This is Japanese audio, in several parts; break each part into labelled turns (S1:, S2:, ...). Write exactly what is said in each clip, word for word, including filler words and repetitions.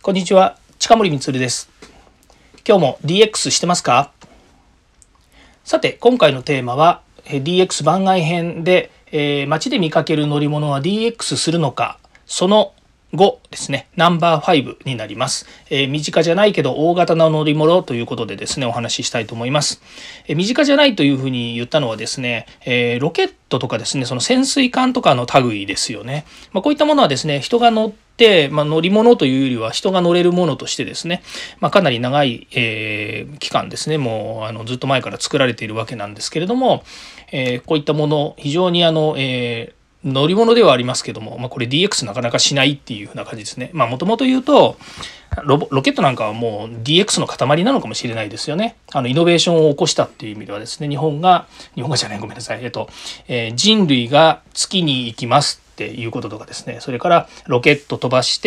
S1: こんにちは、近森光です。今日も ディーエックス してますか？さて、今回のテーマは ディーエックス 番外編で、えー、街で見かける乗り物は ディーエックス するのか、そのごですね、ナンバーごになります。えー、身近じゃないけど大型な乗り物ということでですね、お話ししたいと思います。えー、身近じゃないというふうに言ったのはですね、えー、ロケットとかですね、その潜水艦とかの類ですよね。まあ、こういったものはですね、人が乗って、まあ、乗り物というよりは人が乗れるものとしてですね、まあ、かなり長い、えー、期間ですね、もうあのずっと前から作られているわけなんですけれども、えー、こういったもの、非常にあの、えー乗り物ではありますけども、まあ、これ ディーエックス なかなかしないっていうふうな感じですね。まあもともと言うとロボロケットなんかはもう ディーエックス の塊なのかもしれないですよね。あのイノベーションを起こしたっていう意味ではですね、日本が日本がじゃないごめんなさい、えっと、えー、人類が月に行きますっていうこととかですね、それからロケット飛ばして、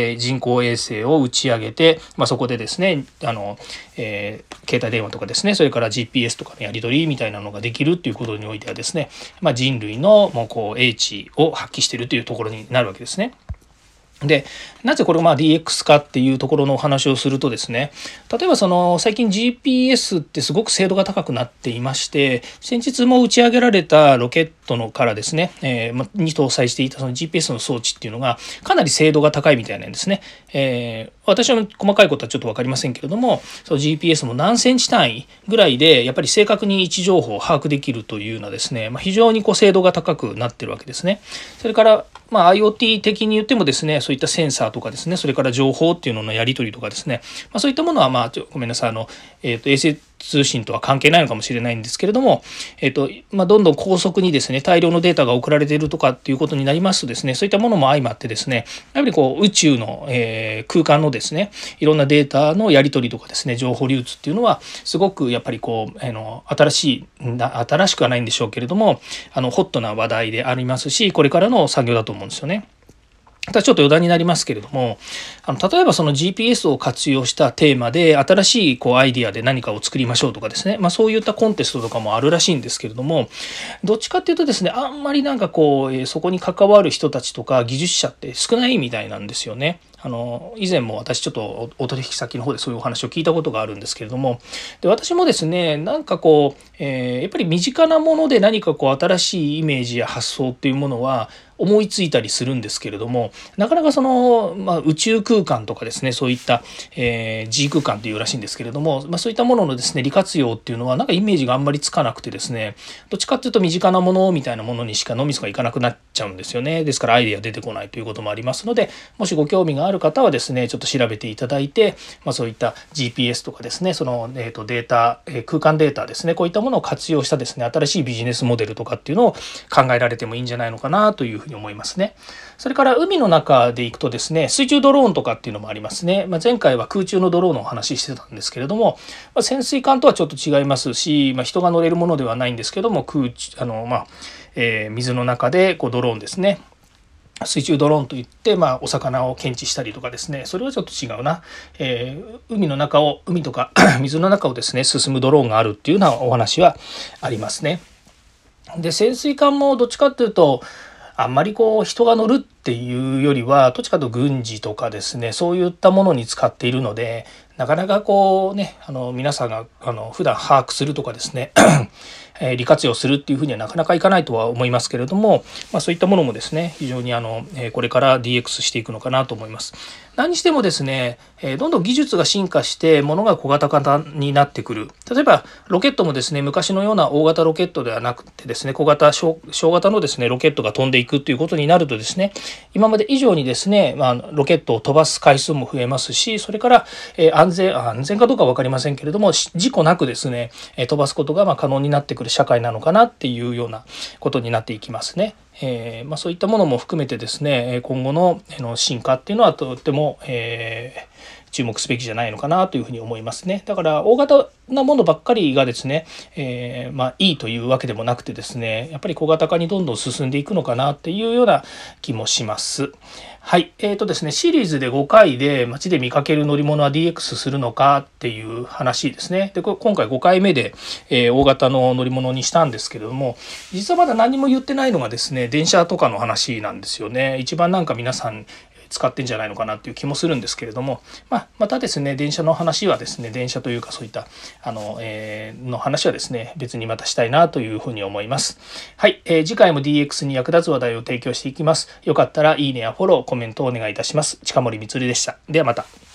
S1: えー、人工衛星を打ち上げて、まあ、そこでですねあの、えー、携帯電話とかですね、それから ジーピーエス とかのやり取りみたいなのができるっていうことにおいてはですね、まあ、人類のもうこう英知を発揮しているというところになるわけですね。でなぜこれがまあ ディーエックス かっていうところのお話をするとですね、例えばその最近 ジーピーエス ってすごく精度が高くなっていまして、先日も打ち上げられたロケットのからですね、えー、に搭載していたその ジーピーエス の装置っていうのがかなり精度が高いみたいなんですね。えー、私は細かいことはちょっと分かりませんけれども、その ジーピーエス も何センチ単位ぐらいでやっぱり正確に位置情報を把握できるというようなですね、まあ、非常にこう精度が高くなってるわけですね。それからまあ IoT 的に言ってもですね、そういったセンサーとかですね、それから情報っていうののやり取りとかですね、まあ、そういったものはまあちょごめんなさい、あの、えー、と衛星通信とは関係ないのかもしれないんですけれども、えーとまあ、どんどん高速にですね大量のデータが送られているとかっていうことになりますとですね、そういったものも相まってですね、やはりこう宇宙の、えー、空間のですねいろんなデータのやり取りとかですね、情報流通っていうのはすごくやっぱりこうあの新しい新しくはないんでしょうけれども、あのホットな話題でありますし、これからの作業だと思うんですよね。ただちょっと余談になりますけれども、あの例えばその ジーピーエス を活用したテーマで新しいこうアイディアで何かを作りましょうとかですね、まあ、そういったコンテストとかもあるらしいんですけれども、どっちかっていうとですね、あんまりなんかこうそこに関わる人たちとか技術者って少ないみたいなんですよね。あの以前も私ちょっとお取引先の方でそういうお話を聞いたことがあるんですけれども、で私もですねなんかこう、えー、やっぱり身近なもので何かこう新しいイメージや発想っていうものは思いついたりするんですけれども、なかなかその、まあ、宇宙空間とかですね、そういった、えー、G 空間というらしいんですけれども、まあ、そういったもののですね利活用っていうのはなんかイメージがあんまりつかなくてですね、どっちかっていうと身近なものみたいなものにしか脳みそがいかなくなっちゃうんですよね。ですからアイデア出てこないということもありますので、もしご興味がある方はですねちょっと調べていただいて、まあ、そういった ジーピーエス とかですね、その、えー、とデータ、えー、空間データですね、こういったものを活用したですね新しいビジネスモデルとかっていうのを考えられてもいいんじゃないのかなというふうに思いますね。それから海の中で行くとですね、水中ドローンとかっていうのもありますね。まあ、前回は空中のドローンのお話ししてたんですけれども、まあ、潜水艦とはちょっと違いますし、まあ、人が乗れるものではないんですけども、空中あの、まあえー、水の中でこうドローンですね、水中ドローンといって、まあ、お魚を検知したりとかですね、それはちょっと違うな、えー、海の中を海とか水の中をですね進むドローンがあるっていうようなお話はありますね。で潜水艦もどっちかっていうとあんまりこう人が乗るっていうよりはどっちかというと軍事とかですね、そういったものに使っているので、なかなかこうね、あの皆さんがあの普段把握するとかですねえ利活用するっていうふうにはなかなかいかないとは思いますけれども、まあ、そういったものもですね非常にあのこれから ディーエックス していくのかなと思います。何にしてもですね、どんどん技術が進化して物が小型化になってくる。例えばロケットもですね、昔のような大型ロケットではなくてですね、小型小小型のですねロケットが飛んでいくということになるとですね、今まで以上にですね、まあ、ロケットを飛ばす回数も増えますし、それから、えー、安全安全かどうかは分かりませんけれども、事故なくですね飛ばすことがまあ可能になってくる社会なのかなっていうようなことになっていきますね。えーまあ、そういったものも含めてですね、今後の進化っていうのはとっても、えー、注目すべきじゃないのかなというふうに思いますね。だから大型なものばっかりがですね、えー、まあいいというわけでもなくてですね、やっぱり小型化にどんどん進んでいくのかなっていうような気もします。はい、えーとですね、シリーズでごかいで街で見かける乗り物は ディーエックス するのかっていう話ですね。で、今回ごかいめで、えー、大型の乗り物にしたんですけれども、実はまだ何も言ってないのがですね、電車とかの話なんですよね。一番なんか皆さん使ってんじゃないのかなっていう気もするんですけれども、まあ、またですね電車の話はですね電車というかそういったあの、えー、の話はですね別にまたしたいなというふうに思います。はい、えー、次回も ディーエックス に役立つ話題を提供していきます。よかったらいいねやフォローコメントをお願いいたします。近森光でした。ではまた。